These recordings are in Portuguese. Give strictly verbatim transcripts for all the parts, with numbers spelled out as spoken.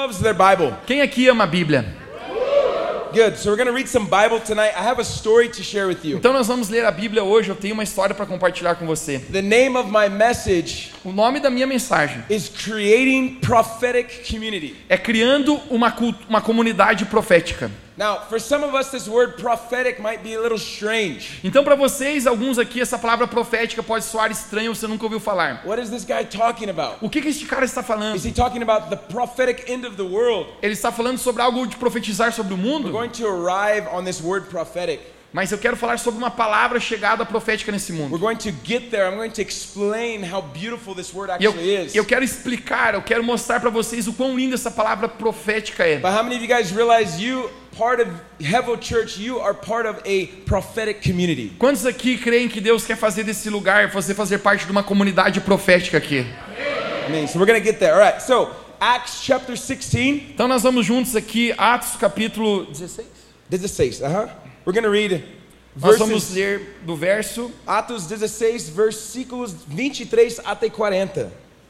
loves their Bible? Quem aqui ama a Bíblia? Good. So we're going to read some Bible tonight. I have a story to share with you. Então nós vamos ler a Bíblia hoje. Eu tenho uma história para compartilhar com você. The name of my message O nome da minha mensagem is Creating Prophetic Community. é criando uma, cult- uma comunidade profética. Now, for some of us, this word prophetic might be a little strange. Então, para vocês, alguns aqui, essa palavra profética pode soar estranha, você nunca ouviu falar. What is this guy talking about? O que, que este cara está falando? Is he talking about the prophetic end of the world? Ele está falando sobre algo de profetizar sobre o We're mundo? going to arrive on this word prophetic. Mas eu quero falar sobre uma palavra chegada profética nesse We're mundo. going to get there. I'm going to explain how beautiful this word E eu, actually is. eu quero explicar, eu quero mostrar para vocês o quão linda essa palavra profética é. But how many of you guys realize you, part of Hevel Church, you are part of a prophetic community? Quantos aqui creem que Deus quer fazer desse lugar, você fazer parte de uma comunidade profética aqui? Amen. So we're going to get there. All right. So, Acts chapter sixteen. Então nós vamos juntos aqui, Atos capítulo dezesseis. dezesseis, uh-huh. We're going to read Nós vamos verses, ler do verso Atos dezesseis, versículos vinte e três até quarenta.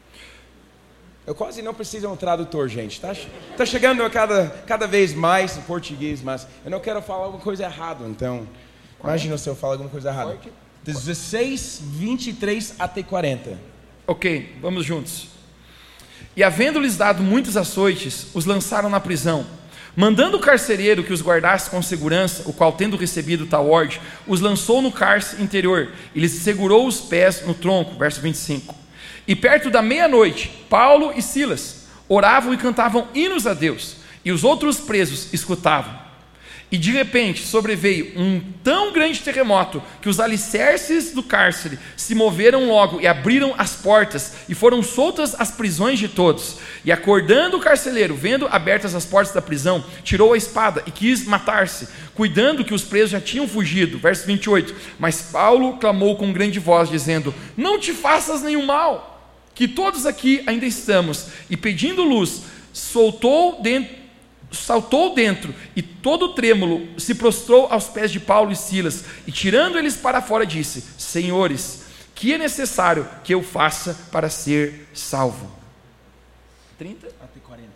Eu quase não preciso de um tradutor, gente. Tá, tá chegando a cada, cada vez mais em português, mas eu não quero falar alguma coisa errada, então imagina se eu falar alguma coisa errada. dezesseis, vinte e três até quarenta. Ok, vamos juntos. E havendo-lhes dado muitos açoites, os lançaram na prisão, mandando o carcereiro que os guardasse com segurança, o qual, tendo recebido tal ordem, os lançou no cárcere interior e lhes segurou os pés no tronco. Verso vinte e cinco. E perto da meia-noite, Paulo e Silas oravam e cantavam hinos a Deus, e os outros presos escutavam. E de repente sobreveio um tão grande terremoto que os alicerces do cárcere se moveram logo e abriram as portas e foram soltas as prisões de todos. E acordando o carcereiro, vendo abertas as portas da prisão, tirou a espada e quis matar-se, cuidando que os presos já tinham fugido. Verso vinte e oito. Mas Paulo clamou com grande voz, dizendo: não te faças nenhum mal, que todos aqui ainda estamos. E pedindo luz, soltou dentro saltou dentro e todo trêmulo se prostrou aos pés de Paulo e Silas, e tirando eles para fora disse: Senhores, que é necessário que eu faça para ser salvo? trinta Até quarenta.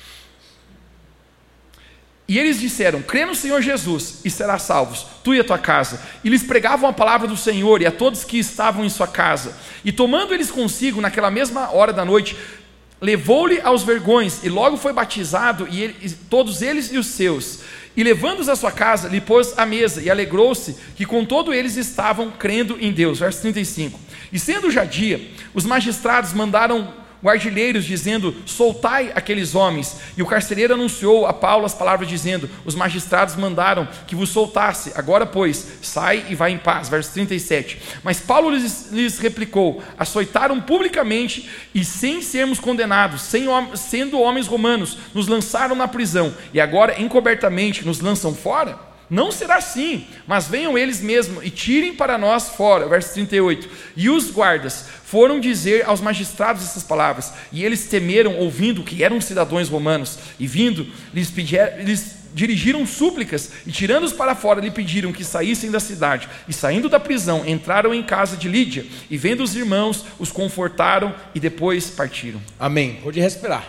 E eles disseram: crê no Senhor Jesus e serás salvos, tu e a tua casa. E lhes pregavam a palavra do Senhor e a todos que estavam em sua casa. E tomando eles consigo naquela mesma hora da noite, levou-lhe aos vergões, e logo foi batizado, e, ele, e todos eles e os seus. E levando-os à sua casa, lhe pôs à mesa, e alegrou-se que com todo eles estavam crendo em Deus. Verso trinta e cinco. E sendo já dia, os magistrados mandaram guardilheiros, dizendo: soltai aqueles homens. E o carcereiro anunciou a Paulo as palavras, dizendo: os magistrados mandaram que vos soltasse. Agora, pois, sai e vai em paz. Verso trinta e sete. Mas Paulo lhes, lhes replicou: açoitaram publicamente e sem sermos condenados, sem, sendo homens romanos, nos lançaram na prisão, e agora encobertamente nos lançam fora? Não será assim, mas venham eles mesmos e tirem para nós fora. Verso trinta e oito. E os guardas foram dizer aos magistrados essas palavras, e eles temeram, ouvindo que eram cidadãos romanos, e vindo, lhes, pediram, lhes dirigiram súplicas, e tirando-os para fora, lhe pediram que saíssem da cidade. E saindo da prisão, entraram em casa de Lídia, e vendo os irmãos, os confortaram, e depois partiram. Amém. Pode respirar.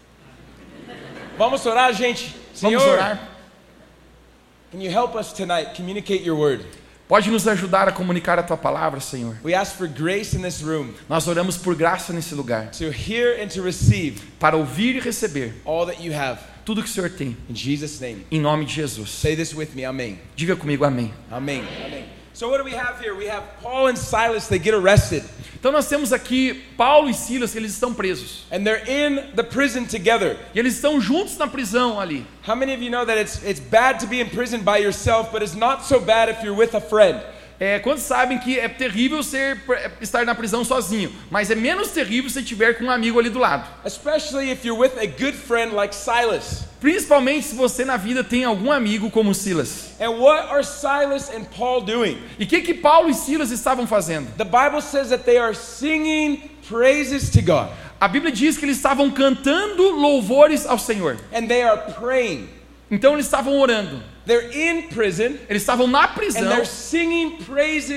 Vamos orar, gente. Senhor, Vamos orar. Can you help us tonight communicate your word? Pode nos ajudar a comunicar a tua palavra, Senhor. We ask for grace in this room Nós oramos por graça nesse lugar, to hear and to receive para ouvir e receber all that you have. tudo que o Senhor tem, In Jesus' name. em nome de Jesus. Say this with me. Amen. Diga comigo amém. Amen. Amen. So what do we have here? We have Paul and Silas. They get arrested. Então nós temos aqui Paulo e Silas, que eles estão presos. And they're in the prison together. E eles estão juntos na prisão ali. How many of you know that it's it's bad to be in prison by yourself, but it's not so bad if you're with a friend? É, quantos sabem que é terrível ser, estar na prisão sozinho, mas é menos terrível se tiver com um amigo ali do lado. Especially if you're with a good friend like Silas. Principalmente se você na vida tem algum amigo como Silas. And what are Silas and Paul doing? E o que que Paulo e Silas estavam fazendo? The Bible says that they are singing praises to God. A Bíblia diz que eles estavam cantando louvores ao Senhor. And they are praying. Então eles estavam orando. They're in prison. Eles estavam na And prisão they're singing praises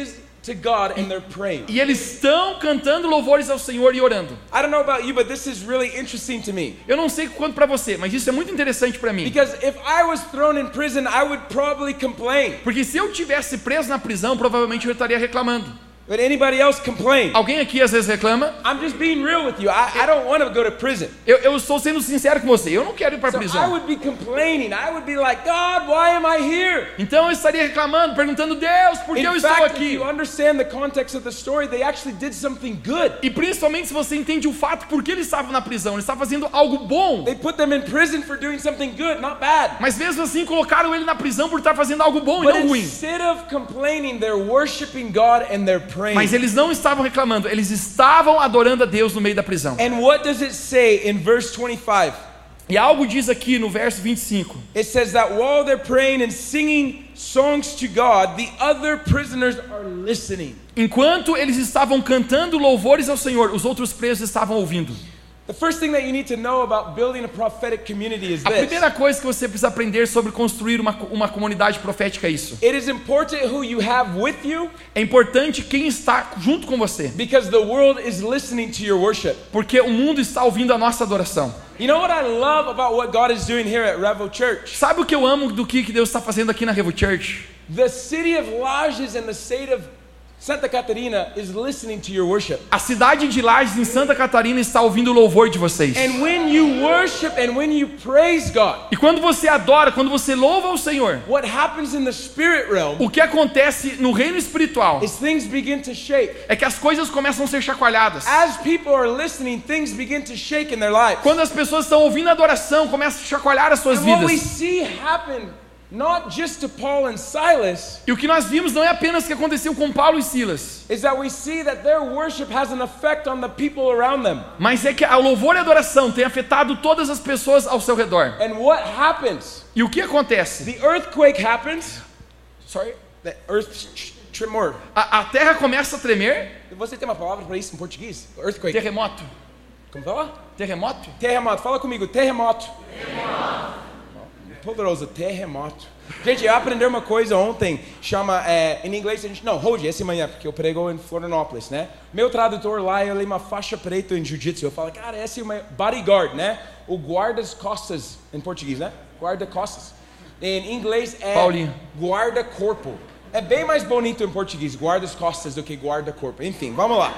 to God and they're praying. E eles estão cantando louvores ao Senhor e orando. I don't know about you, but this is really interesting to me. Eu não sei quanto para você, mas isso é muito interessante para mim. Because if I was thrown in prison, I would probably complain. Porque se eu tivesse preso na prisão, provavelmente eu estaria reclamando. Would anybody else complain? Alguém aqui às vezes reclama? I'm just being real with you. I, I don't want to go to prison. Eu, eu estou sendo sincero com você. Eu não quero ir para a So I prisão. would be complaining. I would be like, God, why am I here? Então eu estaria reclamando, perguntando, Deus, por que eu In estou fact, if aqui? you understand the context of the story, they actually did something good. E principalmente se você entende o fato por que ele estava na prisão. Ele estava fazendo algo bom. They put them in prison for doing something good, not bad. Mas mesmo assim colocaram ele na prisão por estar fazendo algo bom e But não ruim. instead of complaining, they're worshiping God and they're praying. Mas eles não estavam reclamando, eles estavam adorando a Deus no meio da prisão. And what does it say in verse twenty-five? E algo diz aqui no verso vinte e cinco. It says that while they're praying and singing songs to God, the other prisoners are listening. Enquanto eles estavam cantando louvores ao Senhor, os outros presos estavam ouvindo. The first thing that you need to know about building a prophetic community is A this. primeira coisa que você precisa aprender sobre construir uma, uma comunidade profética é isso. It is important who you have with you É importante quem está junto com você, because the world is listening to your worship. porque o mundo está ouvindo a nossa adoração. You know what I love about what God is doing here at Revel Church? Sabe o que eu amo do que que Deus está fazendo aqui na Revo Church? The city of Lages and the state of Santa Catarina is listening to your worship. A cidade de Lages, em Santa Catarina, está ouvindo o louvor de vocês. And when you worship and when you praise God, E quando você adora, quando você louva o Senhor, what happens in the spirit realm o que acontece no reino espiritual is things begin to shake. é que as coisas começam a ser chacoalhadas. As people are listening, things begin to shake in their lives. Quando as pessoas estão ouvindo a adoração, começam a chacoalhar as suas And what we vidas. see happen not just to Paul and Silas E o que nós vimos não é apenas o que aconteceu com Paulo e Silas, is that we see that their worship has an effect on the people around them. mas é que o louvor e a adoração tem afetado todas as pessoas ao seu redor. And what happens? E o que acontece? The earthquake happens. Sorry? The earth tremor. A, a terra começa a tremer. Você tem uma palavra para isso em português? Earthquake. Terremoto. Como fala? Terremoto? Terremoto. Fala comigo. Terremoto. Terremoto. Poderoso. Terremoto. Gente, eu aprendi uma coisa ontem. Chama, é, em inglês a gente... Não, hold, essa manhã, porque eu prego em Florianópolis, né? Meu tradutor lá, ele é uma faixa preta em jiu-jitsu. Eu falo, cara, esse é uma bodyguard, né? O guarda-costas em português, né? Guarda-costas. Em inglês é Paulinho. guarda-corpo. É bem mais bonito em português, guarda-costas, do que guarda-corpo. Enfim, vamos lá.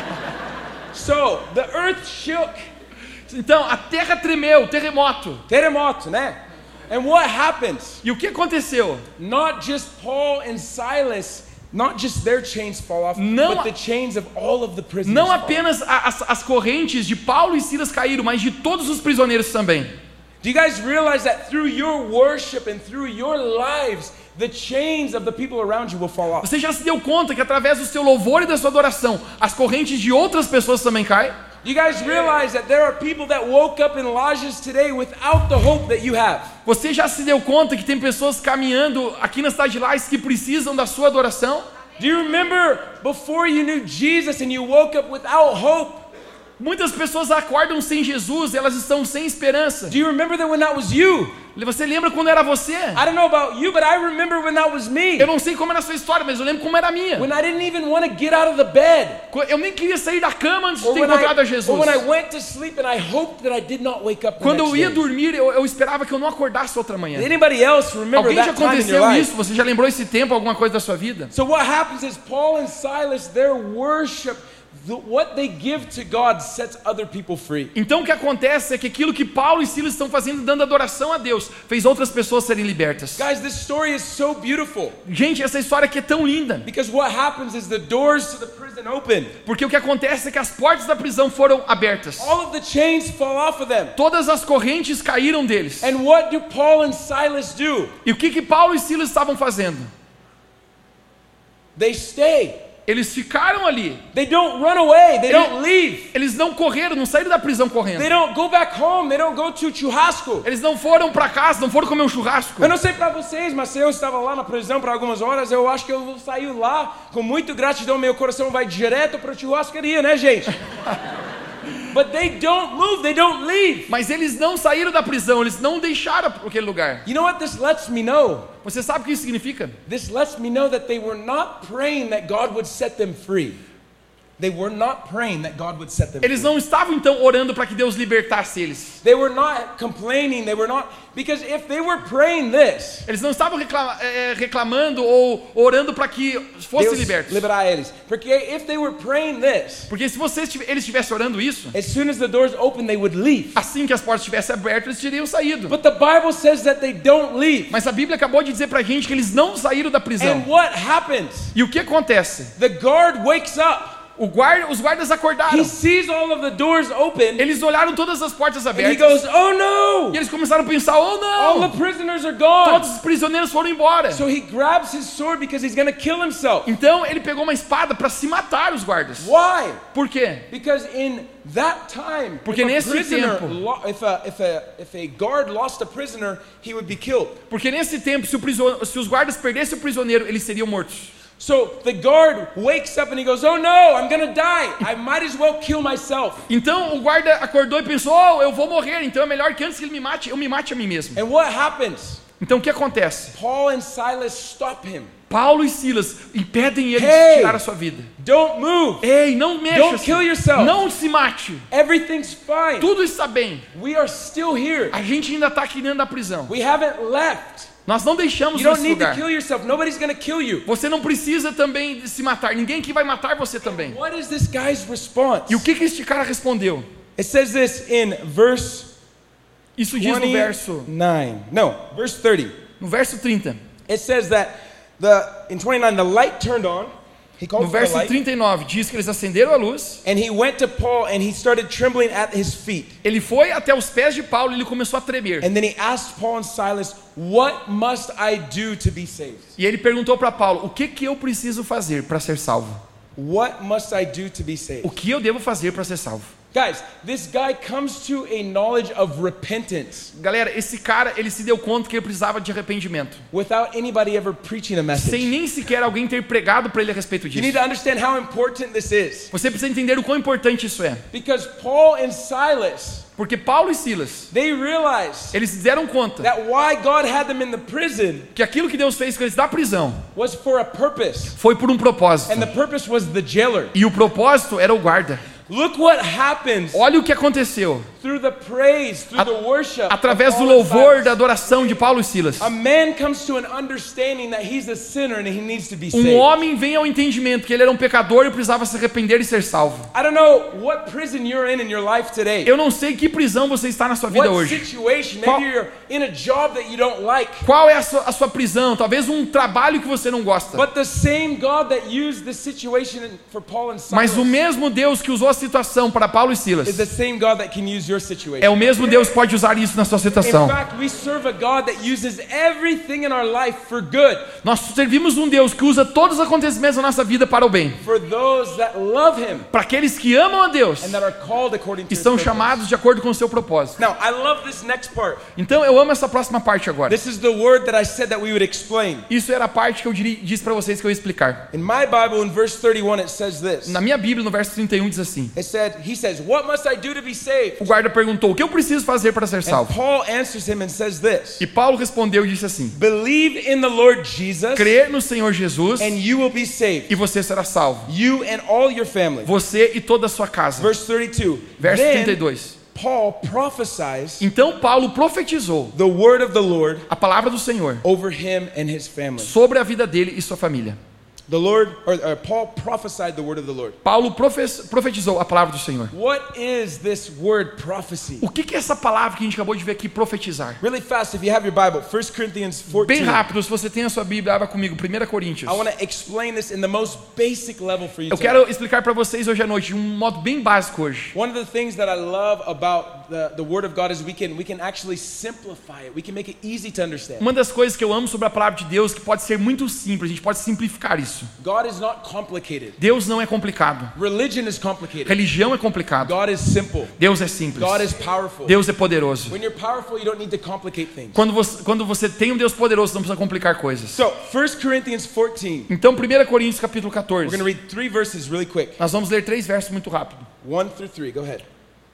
So, the earth shook. Então, a terra tremeu, terremoto. Terremoto, né? And what happens? E o que aconteceu? Not just Paul and Silas, not just their chains fall off, Não but the chains of all of the prisoners Não fall. apenas a- as, as correntes de Paulo e Silas caíram, mas de todos os prisioneiros também. Do you guys realize that through your worship and through your lives, the chains of the people around you will fall off? Você já se deu conta que através do seu louvor e da sua adoração, as correntes de outras pessoas também caem? Do you guys realize that there are people that woke up in Lages today without the hope that you have? Você já se deu conta que tem pessoas caminhando aqui na cidade de Lages que precisam da sua adoração? Do you remember before you knew Jesus and you woke up without hope? Muitas pessoas acordam sem Jesus, elas estão sem esperança. Do you remember that when that was you? Você lembra quando era você? I don't know about you, but I remember when that was me. Eu não sei como era a sua história, mas eu lembro como era a minha. When I didn't even want to get out of the bed. Eu nem queria sair da cama antes de Or ter when, encontrado a I, Jesus. or when I went to sleep and I hoped that I did not wake up the Quando eu next ia day. dormir, eu, eu esperava que eu não acordasse outra manhã. Did anybody else remember Alguém já that time in your aconteceu life? isso? Você já lembrou esse tempo, alguma coisa da sua vida? So what happens is Paul and Silas, their worship, the, what they give to God sets other people free. Então o que acontece é que aquilo que Paulo e Silas estão fazendo, dando adoração a Deus, fez outras pessoas serem libertas. Guys, this story is so beautiful. Gente, essa história aqui é tão linda. Because what happens is the doors to the prison open. Porque o que acontece é que as portas da prisão foram abertas. All of the chains fall off of them. Todas as correntes caíram deles. And what do Paul and Silas do? E o que que Paulo e Silas estavam fazendo? They stay. Eles ficaram ali. They don't run away. They Eles- don't leave. Eles não correram, não saíram da prisão correndo. They don't go back home. They don't go to churrasco. Eles não foram para casa, não foram comer um churrasco. Eu não sei pra vocês, mas se eu estava lá na prisão por algumas horas, eu acho que eu vou sair lá com muito gratidão. Meu coração vai direto para a churrascaria, né, gente? But they don't move, they don't leave. Mas eles não saíram da prisão, eles não deixaram aquele lugar. You know what this lets me know? Você sabe o que isso significa? This lets me know that they were not praying that God would set them free. They were not praying that God would set them Eles free. não estavam então orando para que Deus libertasse eles. They were not complaining, they were not, because if they were praying this, Eles não estavam reclama, é, reclamando ou orando para que fossem Deus libertos. liberar eles. Porque if they were praying this, Porque se você, eles estivessem orando isso, as soon as the doors open, they would leave. assim que as portas estivessem abertas, eles teriam saído. But the Bible says that they don't leave. Mas a Bíblia acabou de dizer pra gente que eles não saíram da prisão. And what happens? E o que acontece? The guard wakes up. O guarda, os guardas acordaram. He sees all of the doors open. Eles olharam todas as portas And he abertas. goes, oh no! E eles começaram a pensar, oh All the não! prisoners are gone. Todos os prisioneiros foram embora. So he grabs his sword because he's going to kill himself. Então ele pegou uma espada para se matar os guardas. Why? Por quê? Because in that time, Porque if a nesse prisoner, tempo- lo- if a if a if a guard lost a prisoner, he would be killed. Porque nesse tempo, se, o prision... se os guardas perdessem o prisioneiro, eles seriam mortos. So the guard wakes up and he goes, "Oh no, I'm going to die. I might as well kill myself." Então o guarda acordou e pensou, oh, eu vou morrer, então é melhor que antes que ele me mate, eu me mate a mim mesmo. And what happens? Então o que acontece? Paul and Silas stop him. Paulo e Silas impedem ele Hey! de tirar a sua vida. Don't move. Ei, não Don't mexa-se. kill yourself. Não se mate. Everything's fine. Tudo está bem. We are still here. A gente ainda está aqui dentro da prisão. We haven't left. Nós não deixamos You don't esse need to lugar. kill yourself. Nobody's going to kill you. Você não precisa também se matar. Ninguém que vai matar você também. What is this guy's response? E o que, que este cara respondeu? It says this in verse Isso diz no verso, twenty-nine. No, verse thirty. no verso trinta. It says that the in twenty-nine the light turned on. He called No for the verso light. trinta e nove diz que eles acenderam a luz. And he went to Paul and he started trembling at his feet. Ele foi até os pés de Paulo e ele começou a tremer. And then he asked Paul and Silas, "What must I do to be saved?" E ele perguntou para Paulo, o que que eu preciso fazer para ser salvo? What must I do to be O saved? que eu devo fazer para ser salvo? Guys, this guy comes to a knowledge of repentance Galera, esse cara, ele se deu conta que ele precisava de arrependimento. without anybody ever preaching a Sem message. nem sequer alguém ter pregado para ele a respeito You need disso. to understand how important this is. Você precisa entender o quão importante isso é. Because Paul and Silas, Porque Paulo e Silas, they realized eles se deram conta that why God had them in the prison que aquilo que Deus fez com eles da prisão was for a purpose. foi por um propósito. And the purpose was the jailer. E o propósito era o guarda. Look what happens Olha o que aconteceu. through the praise, through A- the worship. of Através do Paul and louvor, Silas. da adoração de Paulo e Silas. A man comes to an understanding that he's a sinner and he needs to be Um saved. homem vem ao entendimento que ele era um pecador e precisava se arrepender e ser salvo. I don't know what prison you're in in your life today. Eu não sei que prisão você está na sua vida What hoje. situation? Qual- Maybe you're in a job that you don't like. Qual é a sua, a sua prisão? Talvez um trabalho que você não gosta. But the same God that used this situation for Paul and Silas Mas o mesmo Deus que usou a situação para Paulo e Silas is the same God that can use your situation. é o mesmo Deus que pode usar isso na sua In situação. fact, we serve a God that uses everything in our life for good, Nós servimos um Deus que usa todos os acontecimentos da nossa vida para o bem. for those that love Him Para aqueles que amam a Deus and that are called according to e His são purpose. chamados de acordo com o seu propósito. Now, I love this next part. Então eu amo essa próxima parte agora. This is the word that I said that we would explain. Isso era a parte que eu diri- disse para vocês que eu ia explicar. In my Bible, in verse thirty-one, it says this. Na minha Bíblia, no verso trinta e um, diz assim: It said, he says, "What must I do to be saved?" o guarda perguntou, o que eu preciso fazer para ser And salvo? Paul answers him and says this: E Paulo respondeu e disse assim: "Believe in the Lord Jesus, crer no Senhor Jesus and you will be saved, e você será salvo. you and all your family." Você e toda a sua casa. Verse thirty-two. Verso trinta e Then dois. Paul prophesies Então Paulo profetizou the word of the Lord a palavra do Senhor over him and his family. sobre a vida dele e sua família. The Lord, or, or Paul prophesied the word of the Lord. Paulo profe- profetizou a palavra do Senhor. What is this word prophecy? O que que é essa palavra que a gente acabou de ver aqui, profetizar? Really fast, if you have your Bible, First Corinthians fourteen. Bem rápido, se você tem a sua Bíblia, abra comigo, primeira Coríntios. I want to explain this in the most basic level for you. Eu tonight. quero explicar para vocês hoje à noite, de um modo bem básico hoje. One of the things that I love about the, the Word of God is we can we can actually simplify it. We can make it easy to understand. Uma das coisas que eu amo sobre a palavra de Deus, que pode ser muito simples, a gente pode simplificar isso. God is not complicated. Deus não é complicado. Religion is complicated. Religião é complicado. God is simple. Deus é simples. God is powerful. Deus é poderoso. When you're powerful, you don't need to complicate things. Quando você, quando você tem um Deus poderoso, não precisa complicar coisas. So, First Corinthians fourteen. Então, primeira Coríntios capítulo We're quatorze. going to read three verses really quick. Nós vamos ler três versos muito rápido. one through three. Go ahead.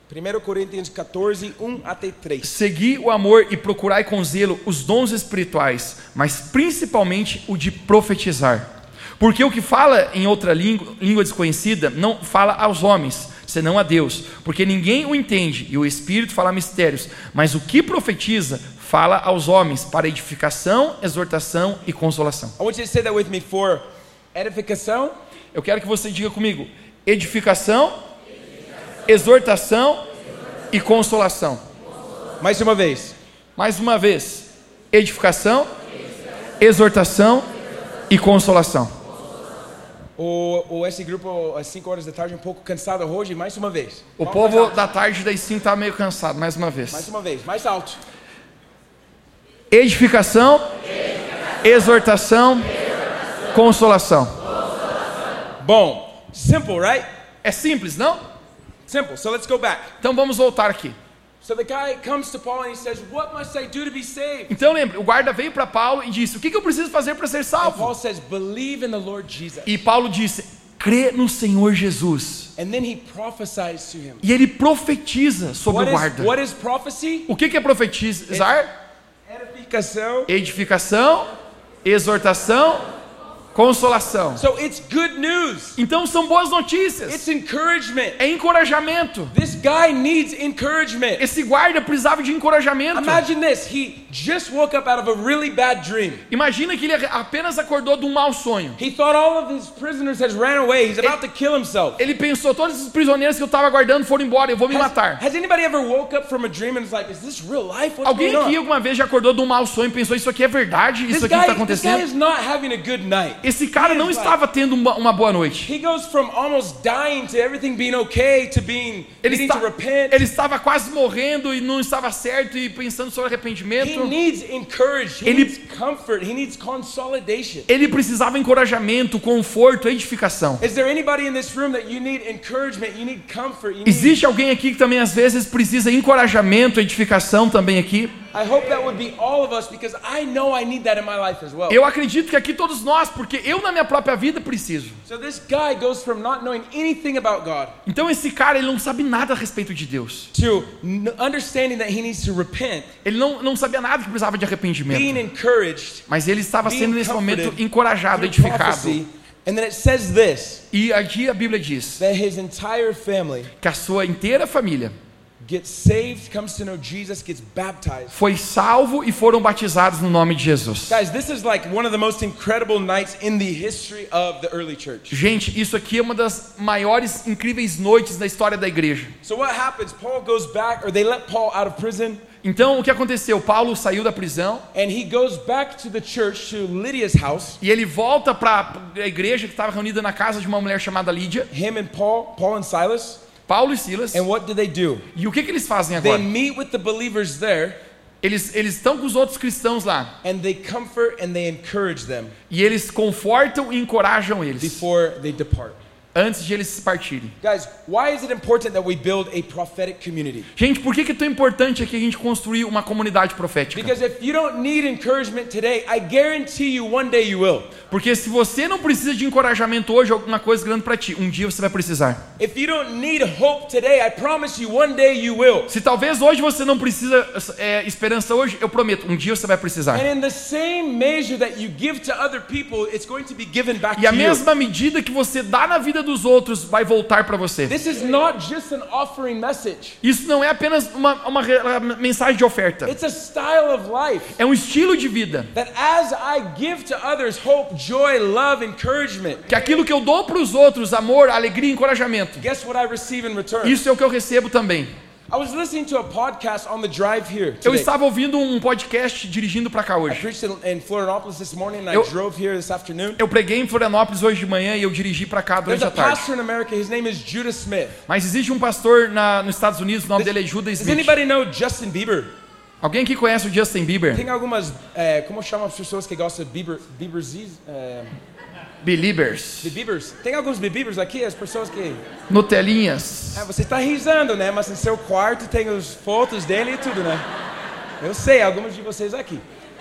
primeira Coríntios quatorze, um até três. Segui o amor e procurai com zelo os dons espirituais, mas principalmente o de profetizar. Porque o que fala em outra língua, língua desconhecida não fala aos homens, senão a Deus, porque ninguém o entende, e o Espírito fala mistérios, mas o que profetiza fala aos homens para edificação, exortação e consolação. I want you to say that with me for edificação. Eu quero que você diga comigo: edificação, edificação exortação, exortação e consolação. consolação. Mais uma vez. Mais uma vez. Edificação, edificação exortação, exortação e consolação. Ou, ou esse grupo às cinco horas da tarde um pouco cansado hoje, mais uma vez. O Vamos povo da tarde das cinco está meio cansado, mais uma vez. Mais uma vez, mais alto. Edificação, Edificação. Exortação, exortação. Consolação. Consolação. Bom, simple, right? É simples, não? Simple. So let's go back. Então vamos voltar aqui. So the guy comes to Paul and he says, "What must I do to be saved?" Então lembre, o guarda veio para Paulo e disse: "O que, que eu preciso fazer para ser And salvo?" Paul says, "Believe in the Lord Jesus." E Paulo disse: "Crê no Senhor Jesus." And then he prophesies to him. E ele profetiza sobre What o is, guarda. what is prophecy? O que, que é profetizar? Edificação. Edificação, exortação, consolação. So it's good news. Então são boas notícias. It's encouragement. É encorajamento. This guy needs encouragement. Esse guarda precisava de encorajamento. Imagine this. He just woke up out of a really bad dream. Imagina que ele apenas acordou de um mau sonho. He thought all of his prisoners had ran away. He's about to kill himself. Ele pensou: todos os prisioneiros que eu estava guardando foram embora, eu vou me Has, matar. has anybody ever woke up from a dream and is like, is this real life? What's Alguém going on? aqui alguma vez já acordou de um mau sonho e pensou: isso aqui é verdade? This Isso aqui guy, está this guy acontecendo? is not having a good night. Esse cara He não is estava tendo uma, uma boa noite. He goes from almost dying to everything being okay to being Ele, needing está, to repent. ele estava quase morrendo e não estava certo e pensando sobre He arrependimento. needs encouragement. He Ele- needs comfort. He needs consolidation. Ele precisava encorajamento, conforto, edificação. Is there anybody in this room that you need encouragement? You need comfort. You need... Existe alguém aqui que também às vezes precisa encorajamento, edificação também aqui? I hope that would be all of us because I know I need that in my life as well. Eu acredito que aqui todos nós, porque eu na minha própria vida preciso. So this guy goes from not knowing anything about God Então esse cara, ele não sabe nada a respeito de Deus. to n- understanding that he needs to repent, Ele não, não sabia nada que precisava de being arrependimento. encouraged, Mas ele estava being sendo nesse momento comforted encorajado, through edificado. prophecy. And then it says this, E aqui a Bíblia diz that his entire family que a sua inteira família gets saved, comes to know Jesus, gets baptized. foi salvo e foram batizados no nome de Jesus. Guys, this is like one of the most incredible nights in the history of the early church. Gente, isso aqui é uma das maiores, incríveis noites da história da igreja. So what happens? Paul goes back, or they let Paul out of prison, Então, o que aconteceu? Paulo saiu da prisão and he goes back to the church, to Lydia's house. e ele volta para a igreja que estava reunida na casa de uma mulher chamada Lídia, Him and Paul, Paul and Silas. Paulo e Silas. And what do they do? E o que, que eles fazem They agora? meet with the believers there, Eles eles estão com os outros cristãos lá and they comfort and they encourage them e eles confortam e encorajam eles before they depart. antes de eles partirem. Guys, why is it important that we build a prophetic community? Gente, por que que é tão importante aqui a gente construir uma comunidade profética? Because if you don't need encouragement today, I guarantee you one day you will. Porque se você não precisa de encorajamento hoje, alguma coisa grande para ti, um dia você vai precisar. If you don't need hope today, I promise you one day you will. Se talvez hoje você não precisa é, esperança hoje, eu prometo, um dia você vai precisar. And in the same measure that you give to other people, it's going to be given back E a to you. mesma medida que você dá na vida dos outros vai voltar para você. This is not just an offering message. Isso não é apenas uma, uma, uma mensagem de oferta. It's a style of life. É um estilo de vida. That as I give to others hope, joy, love, encouragement, Que aquilo que eu dou para os outros, amor, alegria e encorajamento, guess what I receive in return? isso é o que eu recebo também. I was listening to a podcast on the drive here Eu today. estava ouvindo um podcast dirigindo para cá I hoje. preached in, in Florianopolis this morning and Eu- I drove here this afternoon. Eu preguei em Florianópolis hoje de manhã e eu dirigi para cá There's durante a a tarde. pastor in America, his name is Judah Smith. Mas existe um pastor na, nos Estados Unidos, o nome Does, dele é Judah does Smith. anybody know Justin Bieber? Alguém aqui conhece o Justin Bieber? Tem algumas, eh, como chamam as pessoas que gostam de Bieber, Bieberzis? Eh, Beliebers. de Biebers? Tem alguns Biebers aqui, as pessoas que... Nutelinhas. Ah, você está risando, né? Mas no seu quarto tem as fotos dele e tudo, né? Eu sei, alguns de vocês aqui.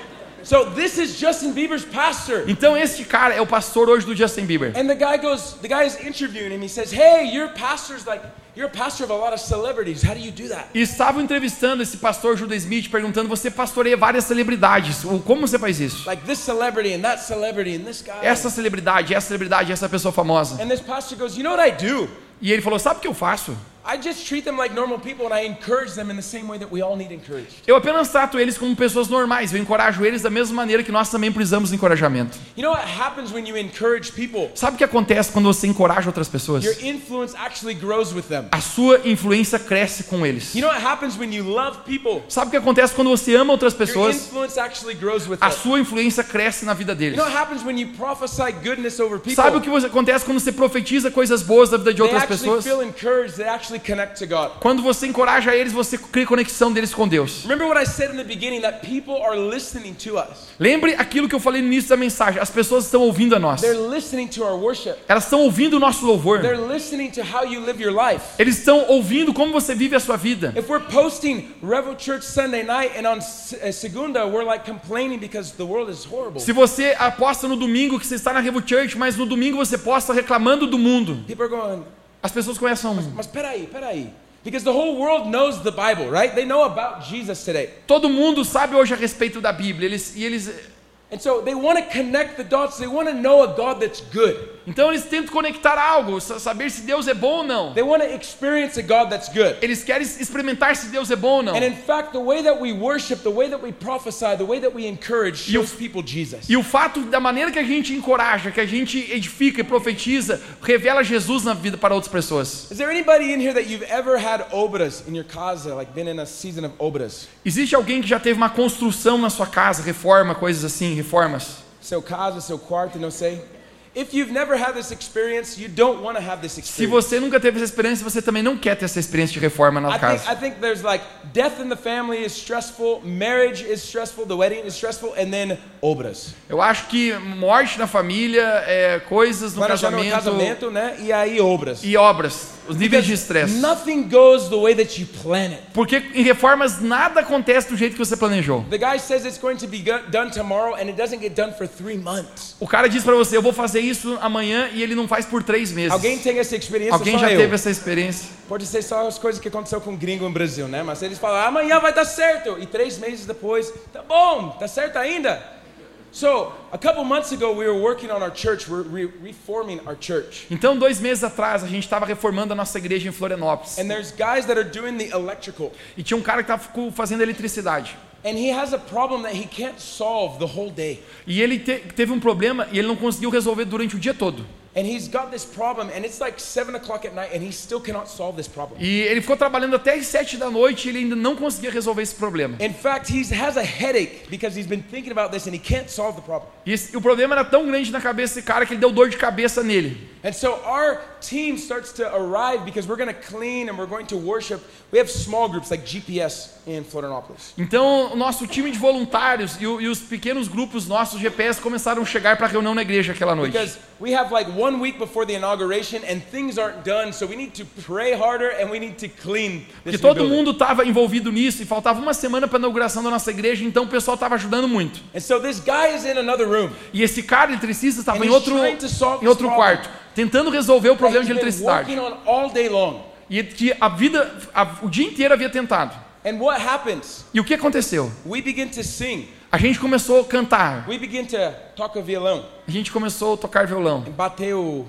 So this is Justin Bieber's pastor. Então este cara é o pastor hoje do Justin Bieber. And the guy goes, the guy is interviewing him. He says, "Hey, your pastor's like, you're a pastor of a lot of celebrities. How do you do that?" E estavam entrevistando esse pastor Judah Smith, perguntando: você pastoreia várias celebridades, como você faz isso? Like this celebrity and that celebrity and this guy. Essa celebridade, essa celebridade, essa pessoa famosa. And this pastor goes, "You know what I do? E ele falou: sabe o que eu faço? I just treat them like normal people and I encourage them in the same way that we all need encouraged." Eu apenas trato eles como pessoas normais. Eu encorajo eles da mesma maneira que nós também precisamos de encorajamento. You know what happens when you encourage people? Sabe o que acontece quando você encoraja outras pessoas? Your influence actually grows with them. A sua influência cresce com eles. You know what happens when you love people? Sabe o que acontece quando você ama outras Your pessoas? influence actually grows with A them. sua influência cresce na vida You deles. know what happens when you prophesy goodness over people? Sabe o que acontece quando você profetiza coisas boas da vida de They outras actually pessoas? feel encouraged. They actually connect to God. Quando você encoraja eles, você cria conexão deles com Deus. Remember what I said in the beginning, that people are listening to us. Lembre aquilo que eu falei no início da mensagem. As pessoas estão ouvindo a nós. They're listening to our worship. Elas estão ouvindo o nosso louvor. They're listening to how you live your life. Eles estão ouvindo como você vive a sua vida. If we're posting Revel Church Sunday night and on se- uh, segunda we're like complaining because the world is horrible. Se você aposta no domingo que você está na Revo Church, mas no domingo você posta reclamando do mundo, People are going, as pessoas começam. mas peraí, peraí. Because the whole world knows the Bible, right? They know about Jesus today. Todo mundo sabe hoje a respeito da Bíblia. Eles, e eles, And so they want to connect the dots. They want to know a God that's good. então eles tentam conectar algo, sa- saber se Deus é bom ou não. They want to experience a God that's good. Eles querem experimentar se Deus é bom ou não. And in fact, the way that we worship, the way that we prophesy, the way that we encourage shows people Jesus. E o fato da maneira que a gente encoraja, que a gente edifica e profetiza, revela Jesus na vida para outras pessoas. Is there anybody in here that you've ever had obras in your casa, like been in a season of obras? Existe alguém que já teve uma construção na sua casa, reforma, coisas assim, reformas? Seu casa, seu quarto, não sei. If you've never had this experience, you don't want to have this Se experience. você nunca teve essa experiência, você também não quer ter essa experiência de reforma na I think, casa. I think there's like death in the family is stressful, marriage is stressful, the wedding is stressful, and then obras. Eu acho que morte na família, é, coisas no Planejando um casamento casamento, né? E aí obras. e obras, os níveis de estresse. Nothing goes the way that you plan it. Porque em reformas nada acontece do jeito que você planejou. The guy says it's going to be go- done tomorrow, and it doesn't get done for three months. O cara diz pra você: eu vou fazer isso amanhã, e ele não faz por três meses. Alguém tem essa experiência? Alguém Só já eu. teve essa experiência? Pode ser só as coisas que aconteceu com o gringo no Brasil, né? Mas eles falam, amanhã vai dar certo. E três meses depois, tá bom, tá certo ainda. So, a couple months ago, we were working on our church. We're re- reforming our church. Então, dois meses atrás, a gente estava reformando a nossa igreja em Florianópolis. And there's guys that are doing the electrical. E tinha um cara que estava fazendo eletricidade. And he has a problem that he can't solve the whole day. E ele te- teve um problema e ele não conseguiu resolver durante o dia todo. And he's got this problem, and it's like seven o'clock at night, and he still cannot solve this problem. E ele ficou trabalhando até as sete da noite e ele ainda não conseguia resolver esse problema. In fact, he has a headache because he's been thinking about this, and he can't solve the problem. E esse- o problema era tão grande na cabeça desse cara que ele deu dor de cabeça nele. And so our team starts to arrive because we're going to clean and we're going to worship. We have small groups like G P S in Florianópolis. Então, o nosso time de voluntários e, o- e os pequenos grupos nossos G P S começaram a chegar para a reunião na igreja aquela noite. Because we have like one week before the inauguration and things aren't done, so we need to pray harder and we need to clean Porque this new todo building. mundo estava envolvido nisso e faltava uma semana para a inauguração da nossa igreja, então o pessoal estava ajudando muito. And so this guy is in another room. E esse cara eletricista estava And em he's outro, trying to solve em outro this problem. quarto, tentando resolver o problema That de he's been eletricidade. working on all day long. E que a vida, a- o dia inteiro havia tentado. And what happens? E o que aconteceu? We begin to sing. A gente começou a cantar, We begin to toca violão a gente começou a tocar violão, and bater o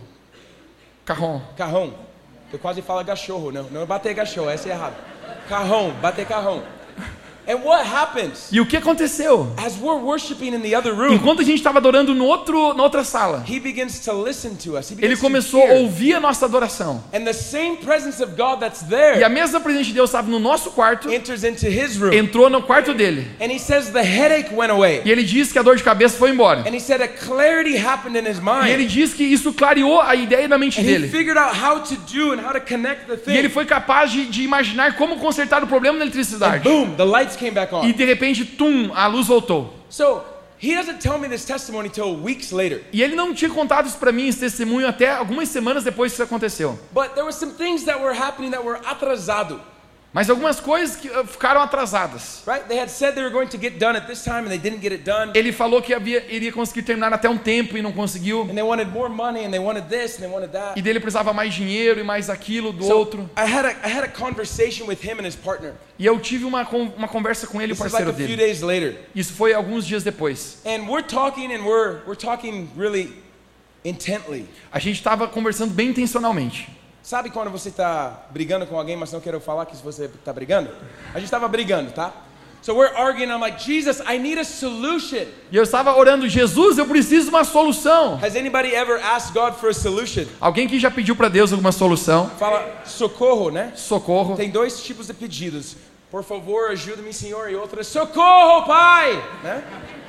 carrom. carrão. Eu quase falo cachorro, não. Não é bater cachorro, essa é errado. Carrão, bater carrão. And what happens? E o que aconteceu? As we're worshiping in the other room, Enquanto a gente estava adorando no outro, na outra sala, he begins to listen to us. He ele begins começou to a hear. ouvir a nossa adoração. And the same presence of God that's E there a mesma presença de Deus estava no nosso quarto, enters into his room. entrou no quarto dele. And he says the headache went away. E ele disse que a dor de cabeça foi embora. And he said a clarity happened in his E ele mind. disse que isso clareou a ideia da mente And he dele. figured out how to do and how to connect the E ele thing. foi capaz de, de imaginar como consertar o problema da And eletricidade. boom, the lights came back E on. de repente, tum, a luz voltou. So he doesn't tell me this testimony till weeks later. E ele não tinha contado isso para mim, esse testemunho, até algumas semanas depois que isso aconteceu. But there were some things that were happening that were atrasado. Mas algumas coisas que uh, ficaram atrasadas. Right? They had said they were going to get done at this time and they didn't get it done. Ele falou que havia, iria conseguir terminar até um tempo e não conseguiu. And they wanted more money and they wanted this and they wanted that. E dele precisava mais dinheiro e mais aquilo do So outro. I had a I had a conversation with him and his partner. E eu tive uma, uma conversa com ele, o This is like parceiro a few dele. days later. Isso foi alguns dias depois. And we're talking and we're we're talking really intently. A gente estava conversando bem intencionalmente. Sabe quando você está brigando com alguém, mas não quero falar que você está brigando? A gente estava brigando, tá? So we're arguing, I'm like, Jesus, I need a solution. E eu estava orando, Jesus, eu preciso de uma solução. Has anybody ever asked God for a solution? Alguém que já pediu para Deus alguma solução? Fala socorro, né? Socorro. Tem dois tipos de pedidos. Por favor, ajuda-me, Senhor, e outra, socorro, Pai, né?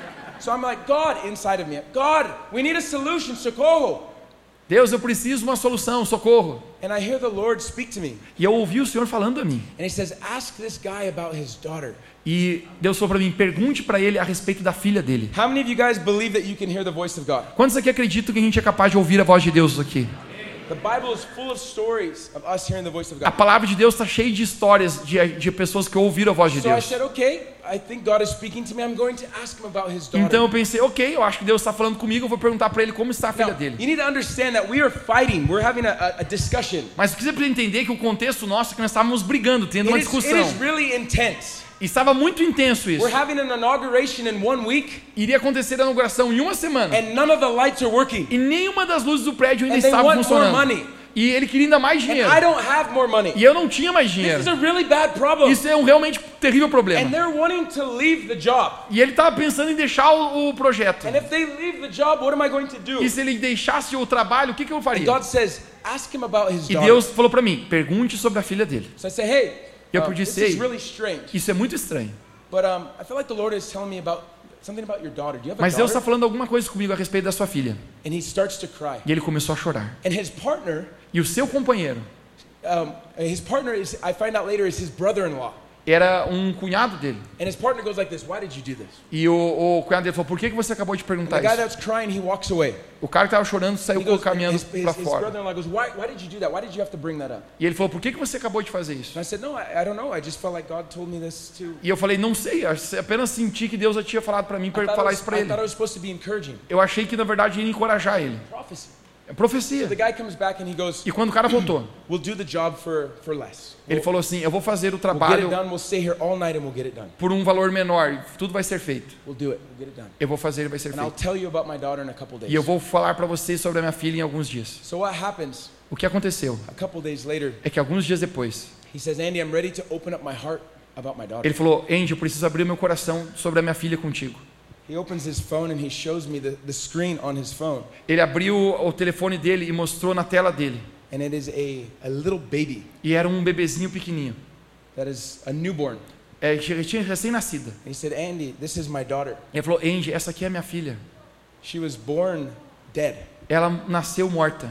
So I'm like, God, inside of me, God, we need a solution, socorro. Deus, eu preciso de uma solução, socorro. And I hear the Lord speak to me. E eu ouvi o Senhor falando a mim. And he says, ask this guy about his daughter. E Deus falou para mim, pergunte para ele a respeito da filha dele. How many of you guys believe that you can hear the voice of God? Quantos aqui acreditam que a gente é capaz de ouvir a voz de Deus aqui? The Bible is full of stories of us hearing the voice of A God. palavra de Deus está cheia de histórias de, de pessoas que ouviram a voz de So I Deus. said, okay, I think God is speaking to me. I'm going to ask him about his daughter. Então eu pensei, ok, eu acho que Deus está falando comigo, eu vou perguntar para ele como está a filha Now, dele. you need to understand that we are fighting. We're having a, a, a discussion. Mas você precisa entender que o contexto nosso é que nós estávamos brigando, tendo uma It is, it discussão. is really intense. E estava muito intenso isso. We're having an inauguration in one week, Iria acontecer a inauguração em uma semana. and none of the lights are working. E nenhuma das luzes do prédio ainda And they estava want more funcionando. money. E ele queria ainda mais And dinheiro. I don't have more money. E eu não tinha mais This dinheiro. is a really bad problem. Isso é um realmente terrível And problema. they're wanting to leave the job. E ele estava pensando em deixar o, o projeto. And if they leave the job, what am I going to do? E se ele deixasse o trabalho, o que, que eu And faria? God says, ask him about his E daughter. Deus falou para mim, pergunte sobre a filha dele. So I say, hey, Eu uh, podia this ser- is really strange. Isso é muito estranho. But um, I feel like the Lord is telling me about something about your daughter. Do you have a Mas Deus está daughter? falando alguma coisa comigo a respeito da sua filha. And he starts to cry. E ele começou a chorar. And his partner, E o seu companheiro um, his partner is, I find out later, is his brother-in-law. era um cunhado dele. And his partner goes like this, why did you do this? E o, o cunhado dele falou, por que, que você acabou de And perguntar the guy isso? that's crying, he walks away. O cara que estava chorando saiu He goes, caminhando his, his, para his fora. brother-in-law goes, why, why did you do that? Why did you have to bring that up? E ele falou, por que, que você acabou de fazer isso? And I said, no, I, I don't know. I just felt like God told me this too. E eu falei, não sei, apenas senti que Deus já tinha falado para mim I para thought, falar it isso was, para I ele. thought it was supposed to be encouraging. Eu achei que na verdade ia encorajar ele. Prophecy. É So profecia. the guy comes back and he goes, E quando o cara voltou, we'll do the job for, for less. ele We'll, falou assim, eu vou fazer o we'll get it trabalho done. We'll stay here all night and we'll get it done. por um valor menor, tudo vai ser feito. We'll do it. We'll get it done. Eu vou fazer e vai ser And I'll feito. tell you about my daughter in a couple days. E eu vou falar para você sobre a minha filha em alguns dias. So what happens? O que aconteceu A couple days later, é que alguns dias depois, he says, Andy, I'm ready to open up my heart about my daughter. ele falou, Andy, eu preciso abrir meu coração sobre a minha filha contigo. He opens his phone and he shows me the, the screen on his phone. Ele abriu o telefone dele e mostrou na tela dele. And it is a, a little baby E era um bebezinho pequenininho. that is a newborn. É, ele tinha recém-nascida. And he said, Andy, this is my daughter. Ele falou, Andy, essa aqui é a minha filha. She was born dead. Ela nasceu morta.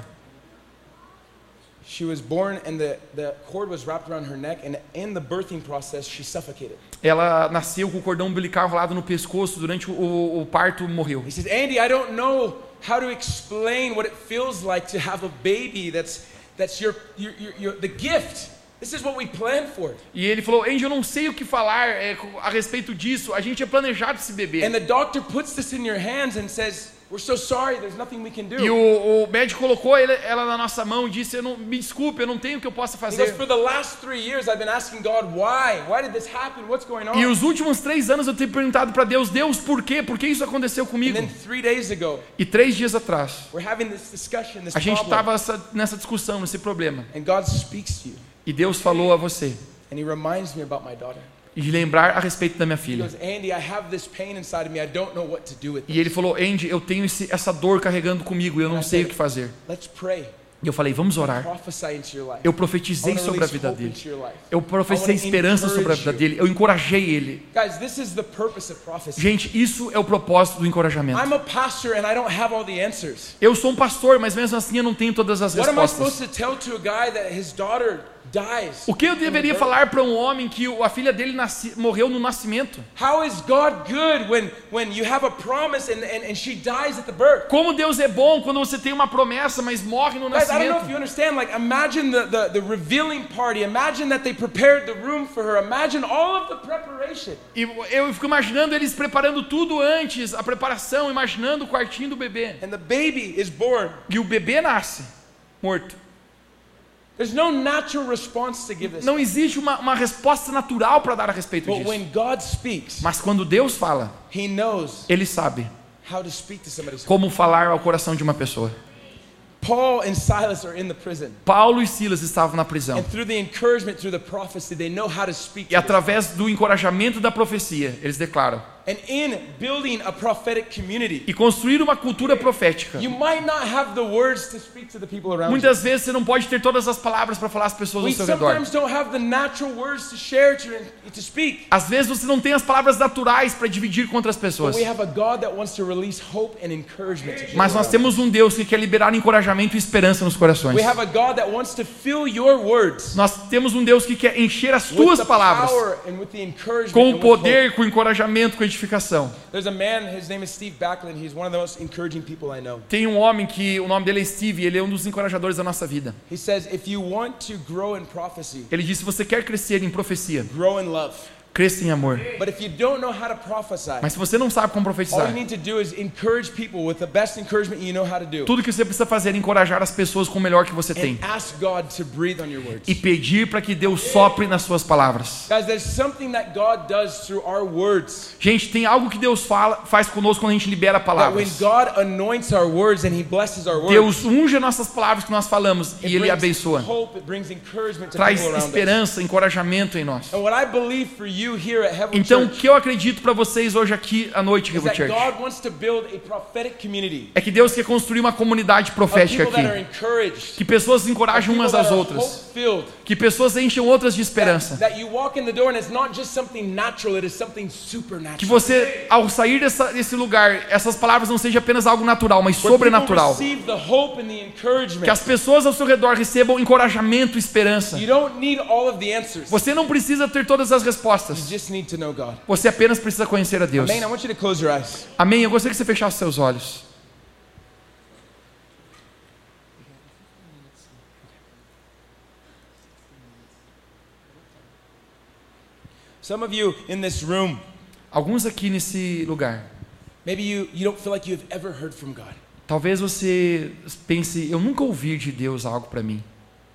She was born and the, the cord was wrapped around her neck, and in the birthing process, she suffocated. Ela nasceu com o cordão umbilical enrolado no pescoço, durante o, o parto morreu. He says, Andy, I don't know how to explain what it feels like to have a baby that's, that's your, your, your, your, the gift. This is what we planned for. E ele falou, Andy, eu não sei o que falar é, a respeito disso. A gente tinha planejado esse bebê. And the doctor puts this in your hands and says, we're so sorry, there's nothing we can do. E o, o médico colocou ele, ela na nossa mão e disse, eu não, me desculpe, eu não tenho o que eu possa He goes, fazer. for the last three years, I've been asking God, why? Why did this happen? What's going on? E os últimos três anos eu tenho perguntado para Deus, Deus, por quê? Por que isso aconteceu And comigo? then three days ago, E três dias atrás, we're having this discussion, this a gente problem. estava nessa discussão, nesse problema. And God speaks to you. E Deus falou a você. And he reminds me about my daughter. E de lembrar a respeito da minha He filha. goes, Andy, I have this pain inside of me. I don't know what to do with it. E ele falou, Andy, eu tenho esse, essa dor carregando comigo e eu não sei o que fazer. Let's pray. E eu falei, vamos orar. Prophesy into your life. Eu I profetizei wanna sobre a release vida hope dele. into your life. Eu I profetizei wanna esperança sobre a encourage vida you. dele. Eu encorajei ele. Guys, this is the purpose of prophecy. Gente, isso é o propósito do encorajamento. I'm a pastor and I don't have all the answers. Eu sou um pastor, mas mesmo assim eu não tenho todas as What am I respostas. supposed to tell to a guy that his daughter dies. O que eu in the deveria birth? falar para um homem que o- a filha dele nasci, morreu no nascimento? How is God good when, when you have a promise and, and, and she dies at the birth? Como Deus é bom quando você tem uma promessa, mas morre no Guys, I don't know if nascimento. you understand. Like, imagine the, the, the revealing party. Imagine that they prepared the room for her. Imagine all of the preparation. E eu fico imaginando eles preparando tudo antes, a preparação, imaginando o quartinho do bebê. And the baby is born. E o bebê nasce morto. There's no natural response to give this. Não existe uma, uma resposta natural para dar a respeito But disso. when God speaks, Mas quando Deus fala, He knows Ele sabe how to speak to somebody's heart. como falar ao coração de uma pessoa. Paul and Silas are in the prison. Paulo e Silas estavam na prisão. And through the encouragement, through the prophecy, they know how to speak E to this. através do encorajamento da profecia, eles declaram. And in building a prophetic community, E construir uma cultura profética. you might not have the words to speak to the people around you. Muitas vezes você não pode ter todas as palavras para falar às pessoas ao We seu redor. sometimes don't have the natural words to share to, to speak. Às vezes você não tem as palavras naturais para dividir com outras But pessoas. we have a God that wants to release hope and encouragement to people Mas nós around temos um Deus que quer liberar encorajamento e esperança nos us. corações. We have a God that wants to fill your words Nós temos um Deus que quer encher as with tuas the palavras power and with the encouragement com and o with hope. poder, com o encorajamento, com a edificação. There's a man, his name is Steve Backlund. He's one of the most encouraging people I know. Tem um homem que o nome dele é Steve, ele é um dos encorajadores da nossa vida. He says, if you want to grow in prophecy, Ele disse: se você quer crescer em profecia, grow in love. cresça em amor. But if you don't know how to prophesy, Mas se você não sabe como all profetizar, you need to do is encourage people with the best encouragement you know how to do. tudo que você precisa fazer é encorajar as pessoas com o melhor que você tem. And ask God to breathe on your words. E pedir para que Deus sopre nas suas palavras. Guys, there's something that God does through our words. Gente, tem algo que Deus fala, faz conosco quando a gente libera That when palavras. God anoints our words and He blesses our words, Deus unge nossas palavras que nós falamos it e Ele brings abençoa. hope, it brings encouragement to Traz people around us. esperança, encorajamento em nós. And what I believe for you here at Heaven Então, o Church que eu acredito para vocês hoje aqui à noite, is Revo that Church, God wants to build a prophetic community é que Deus quer construir uma comunidade of profética people that are aqui. encouraged, Que pessoas encorajam people umas that às are outras. hope-filled, Que pessoas enchem outras de that, esperança. that you walk in the door and it's not just something natural, it is something supernatural. Que você, ao sair dessa, desse lugar, essas palavras não sejam apenas algo natural, mas Where people sobrenatural. receive the hope and the encouragement. Que as pessoas ao seu redor recebam encorajamento e esperança. You don't need all of the answers. Você não precisa ter todas as You respostas. just need to know God. Você apenas precisa conhecer a Deus. Amen. I want you to close your eyes. Amém? Eu gostaria que você fechasse seus olhos. Some of you in this room, Alguns aqui nesse lugar, maybe you, you don't feel like you've ever heard from God. talvez você pense: eu nunca ouvi de Deus algo para mim.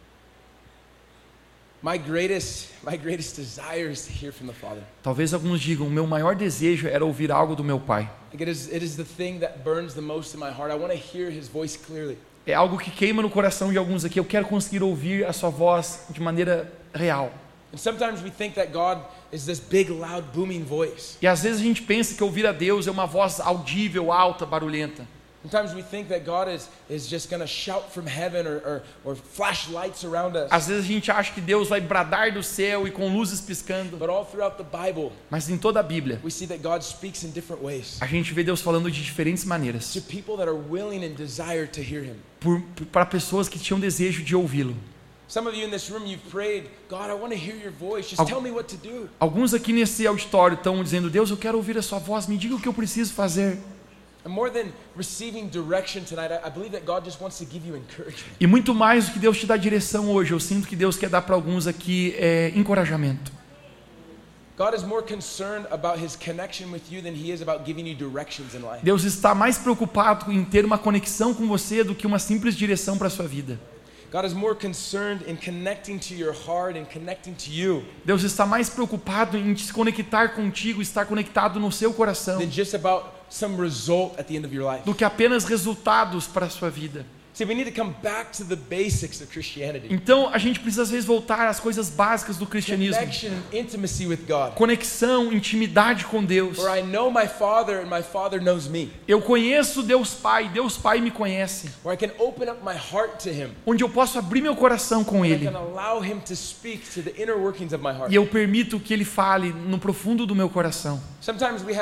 My greatest, my greatest desire is to hear from the Father. Talvez alguns digam: o meu maior desejo era ouvir algo do meu Pai. Like it is, it is the thing that burns the most in my heart. I want to hear His voice clearly. É algo que queima no coração de alguns aqui. Eu quero conseguir ouvir a sua voz de maneira real. And sometimes we think that God is this big, loud, booming voice. E às vezes a gente pensa que ouvir a Deus é uma voz audível, alta, barulhenta. Sometimes we think that God is, is just going to shout from heaven or, or, or flash lights around us. Às vezes a gente acha que Deus vai bradar do céu e com luzes piscando. But all throughout the Bible, Mas em toda a Bíblia, we see that God speaks in different ways a gente vê Deus falando de diferentes maneiras. to people that are willing and desire to hear Him. Para pessoas que tinham desejo de ouvi-lo. Some of you in this room, you've prayed, God, I want to hear your voice. Just Al- tell me what to do. Alguns aqui nesse auditório estão dizendo: Deus, eu quero ouvir a sua voz, me diga o que eu preciso fazer. And more than receiving direction tonight, I I believe that God just wants to give you encouragement. E muito mais do que Deus te dá direção hoje, eu sinto que Deus quer dar para alguns aqui é, encorajamento. God is more concerned about His connection with you than He is about giving you directions in life. Deus está mais preocupado em ter uma conexão com você do que uma simples direção para a sua vida. God is more concerned in connecting to your heart and connecting to you Deus está mais preocupado em se conectar contigo, estar conectado no seu coração, than just about some result at the end of your life. do que apenas resultados para a sua vida. See, we need to come back to the basics of Christianity. Então a gente precisa às vezes voltar às coisas básicas do cristianismo. Connection and intimacy with God. Conexão, intimidade com Deus. Where I know my Father and my Father knows me. Eu conheço Deus Pai, Deus Pai me conhece. Where I can open up my heart to Him. Onde eu posso abrir meu coração com I Ele. can allow Him to speak to the inner workings of my heart. E eu permito que Ele fale no profundo do meu coração. Sometimes we have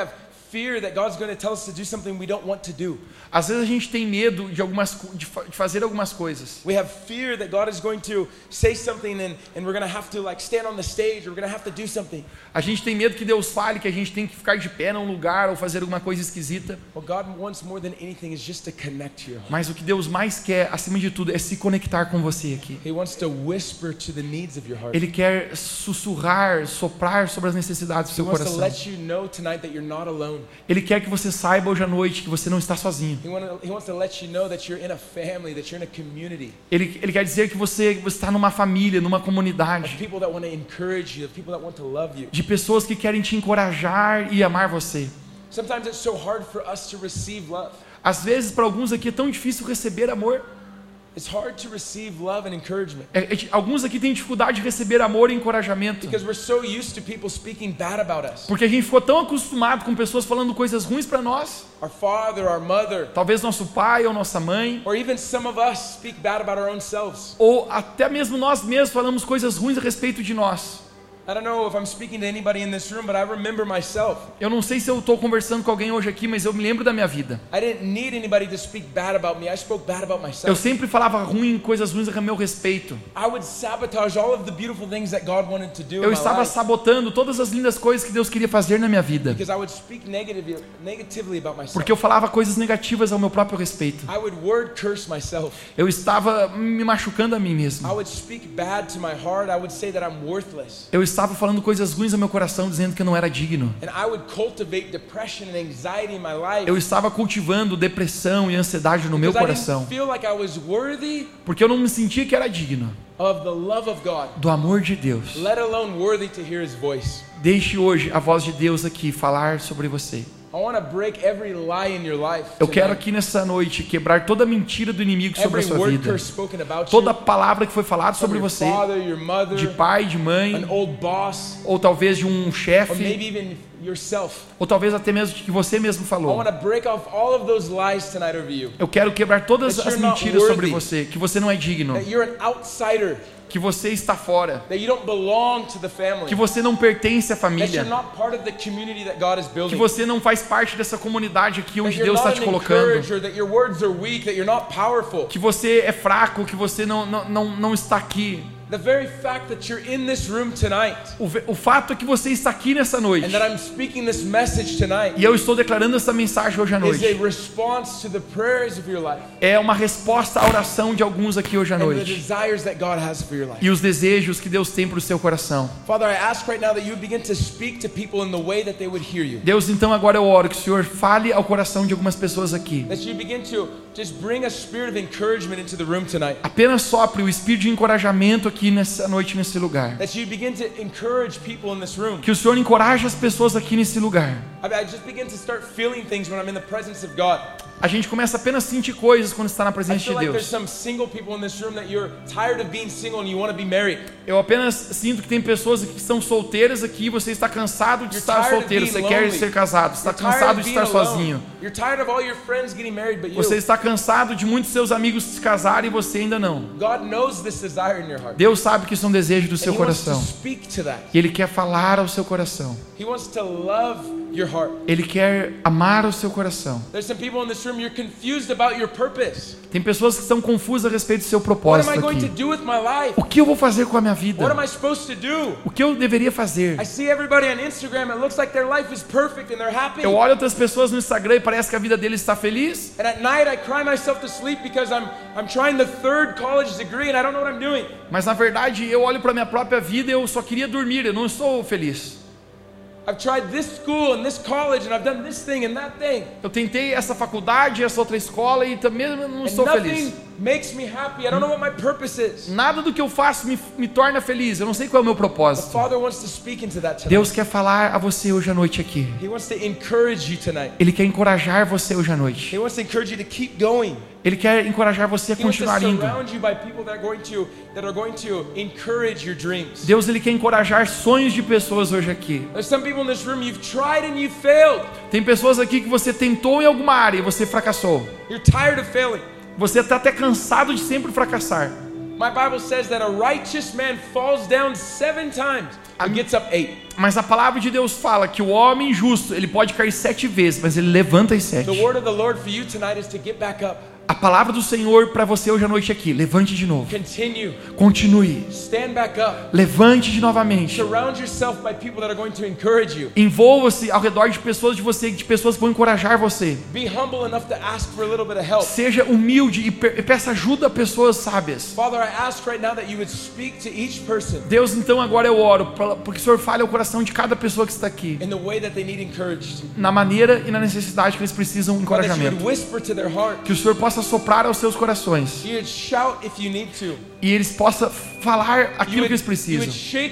fear that God's going to tell us to do something we don't want to do. Às vezes a gente tem medo de algumas de, fa de fazer algumas coisas. We have fear that God is going to say something and and we're going to have to like stand on the stage, or we're going to have to do something. A gente tem medo que Deus fale que a gente tem que ficar de pé num lugar ou fazer alguma coisa esquisita. What God wants more than anything is just to connect to your heart. Mas o que Deus mais quer, acima de tudo, é se conectar com você aqui. He wants to whisper to the needs of your heart. Ele quer sussurrar, soprar sobre as necessidades do seu He wants to coração. let you know tonight that you're not alone. Ele quer que você saiba hoje à noite que você não está sozinho. He, want to, he wants to let you know that you're in a family, that you're in a community. Ele, ele quer dizer que você, você está numa família, numa Of comunidade, people that want to encourage you, of people that want to love you. de pessoas que querem te encorajar e amar você. Sometimes it's so hard for us to receive love. Às vezes, para alguns aqui é tão difícil receber amor. It's hard to receive love and encouragement É, é, alguns aqui têm dificuldade de receber amor e encorajamento. because we're so used to people speaking bad about us. Porque a gente ficou tão acostumado com pessoas falando coisas ruins para nós. Our father, our mother, Talvez nosso pai ou nossa mãe. or even some of us speak bad about our own selves. Ou até mesmo nós mesmos falamos coisas ruins a respeito de nós. I don't know if I'm speaking to anybody in this room, but I remember myself. Eu não sei se eu estou conversando com alguém hoje aqui, mas eu me lembro da minha vida. I didn't need anybody to speak bad about me. I spoke bad about Eu myself. sempre falava ruim, coisas ruins a meu respeito. I would sabotage all of the beautiful things that God wanted to do Eu in my estava life sabotando todas as lindas coisas que Deus queria fazer na minha vida. because I would speak negatively, negatively about myself. Porque eu falava coisas negativas ao meu próprio respeito. I would word curse myself. Eu estava me machucando a mim I mesmo. would speak bad to my heart. I would say that I'm worthless. Eu estava falando coisas ruins ao meu coração, dizendo que eu não era digno. And I would cultivate depression and anxiety in my life Eu estava cultivando depressão e ansiedade no meu because I coração. didn't feel like I was worthy Porque eu não me sentia que era digno of the love of God, do amor de Deus. let alone worthy to hear His voice. Deixe hoje a voz de Deus aqui falar sobre você. I want to break every lie in your life. Eu quero tonight. aqui nessa noite quebrar toda a mentira do inimigo sobre a Every sua word vida. curse spoken about Toda you, palavra que foi falada from sobre your você, father, your mother, de pai, de an mãe, old boss, ou talvez de um or chefe, maybe even yourself. ou talvez até mesmo de que você mesmo I falou. want to break off all of those lies tonight over you. Eu quero quebrar todas That as you're not mentiras sobre worthy. você, que você não é digno, That you're an outsider. que você está fora, That you don't belong to the family. que você não pertence à That you're família, not part of the community that God is que building. você não faz parte dessa comunidade aqui That onde you're Deus está not te an colocando, encourager, that your words are weak, that you're not powerful. que você é fraco, que você não, não, não, não está aqui. The very fact that you're in this room tonight O, ve- o fato é que você está aqui nessa noite, and that I'm speaking this message tonight e eu estou declarando essa mensagem hoje à is a noite, response to the prayers of your life é uma resposta à oração de alguns aqui hoje à and the noite, desires that God has for your life. e os desejos que Deus tem para o seu coração. Father, I ask right now that you begin to speak to people in the way that they would hear you. Deus, então agora eu oro que o Senhor fale ao coração de algumas pessoas aqui. That you begin to just bring a spirit of encouragement into the room tonight. Apenas sopre o espírito de encorajamento aqui nessa noite, nesse lugar. That you begin to encourage people in this room. Que o Senhor encoraje as pessoas aqui nesse lugar. I, I just begin to start feeling things when I'm in the presence of God. A gente começa apenas a sentir coisas quando está na I presença feel de like there's Deus. some single people in this room that you're tired of being single and you want to be married. Eu apenas sinto que tem pessoas que estão solteiras aqui e você está cansado de You're estar tired of solteiro, being você quer lonely. ser casado, está You're tired cansado of de being estar alone. sozinho. You're tired of all your friends getting married but you. Você está cansado de muitos seus amigos se casarem e você ainda não. God knows this desire in your heart. Deus sabe que isso é um desejo do seu And He wants to coração. speak to that. E Ele quer falar ao seu coração. He wants to love your heart. Ele quer amar o seu coração. There's some people in this room, you're confused about your purpose. Tem pessoas que estão confusas a respeito do seu What propósito am I going to aqui. do with my life? O que eu vou fazer com a minha What am vida? I supposed to do? O que eu deveria fazer? I see everybody on Instagram, it looks like their life is perfect and they're happy. Eu olho outras pessoas no Instagram e parece que a vida deles está feliz. And at night I cry myself to sleep because I'm I'm trying the third college degree and I don't know what I'm doing. Mas na verdade eu olho para a minha própria vida e eu só queria dormir, eu não estou feliz. I've tried this school and this college and I've done this thing and that thing. Eu tentei essa faculdade, essa outra escola e também não And estou nothing feliz. makes me happy. I don't know what my purpose is. Nada do que eu faço me, me torna feliz, eu não sei qual é o meu The propósito. Father wants to speak into that tonight. Deus quer falar a você hoje à noite aqui. He wants to encourage you tonight. Ele quer encorajar você hoje à noite. He wants to encourage you to keep going. Ele quer encorajar você a He wants to continuar indo. surround you by people that are going to that are going to encourage your dreams. Deus, Ele quer encorajar sonhos de pessoas hoje aqui. There's some people in this room you've tried and you failed. Tem pessoas aqui que você tentou em alguma área e você fracassou. You're tired of failing. Você está até cansado de sempre fracassar. My Bible says that a righteous man falls down seven times and gets up eight. Mas a palavra de Deus fala que o homem justo, ele pode cair sete vezes, mas ele levanta as sete. The word of the Lord for you tonight is to get back up. A palavra do Senhor para você hoje à noite aqui, levante de novo. Continue. Continue. Stand back up. Levante de novamente. Surround yourself by people that are going to encourage you. Envolva-se ao redor de pessoas de você, de pessoas que vão encorajar você. Be humble enough to ask for a little bit of help. Seja humilde e peça ajuda a pessoas sábias. Father, I ask right now that you would speak to each person. Deus, então agora eu oro porque o Senhor fale ao coração de cada pessoa que está aqui. In the way that they need encouraged. Na maneira e na necessidade que eles precisam de encorajamento. That you would whisper to their heart. Que o Senhor possa soprar aos seus corações. You would shout if you need to. E eles possam falar aquilo would, que eles precisam.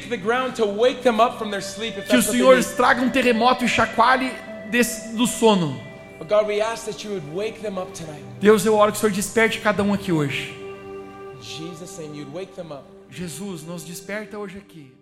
Que o Senhor traga um terremoto e chacoalhe desse, do sono. But God, we ask that you would wake them up tonight. Deus, eu oro que o Senhor desperte cada um aqui hoje. Jesus, and you'd wake them up. Jesus, nos desperta hoje aqui.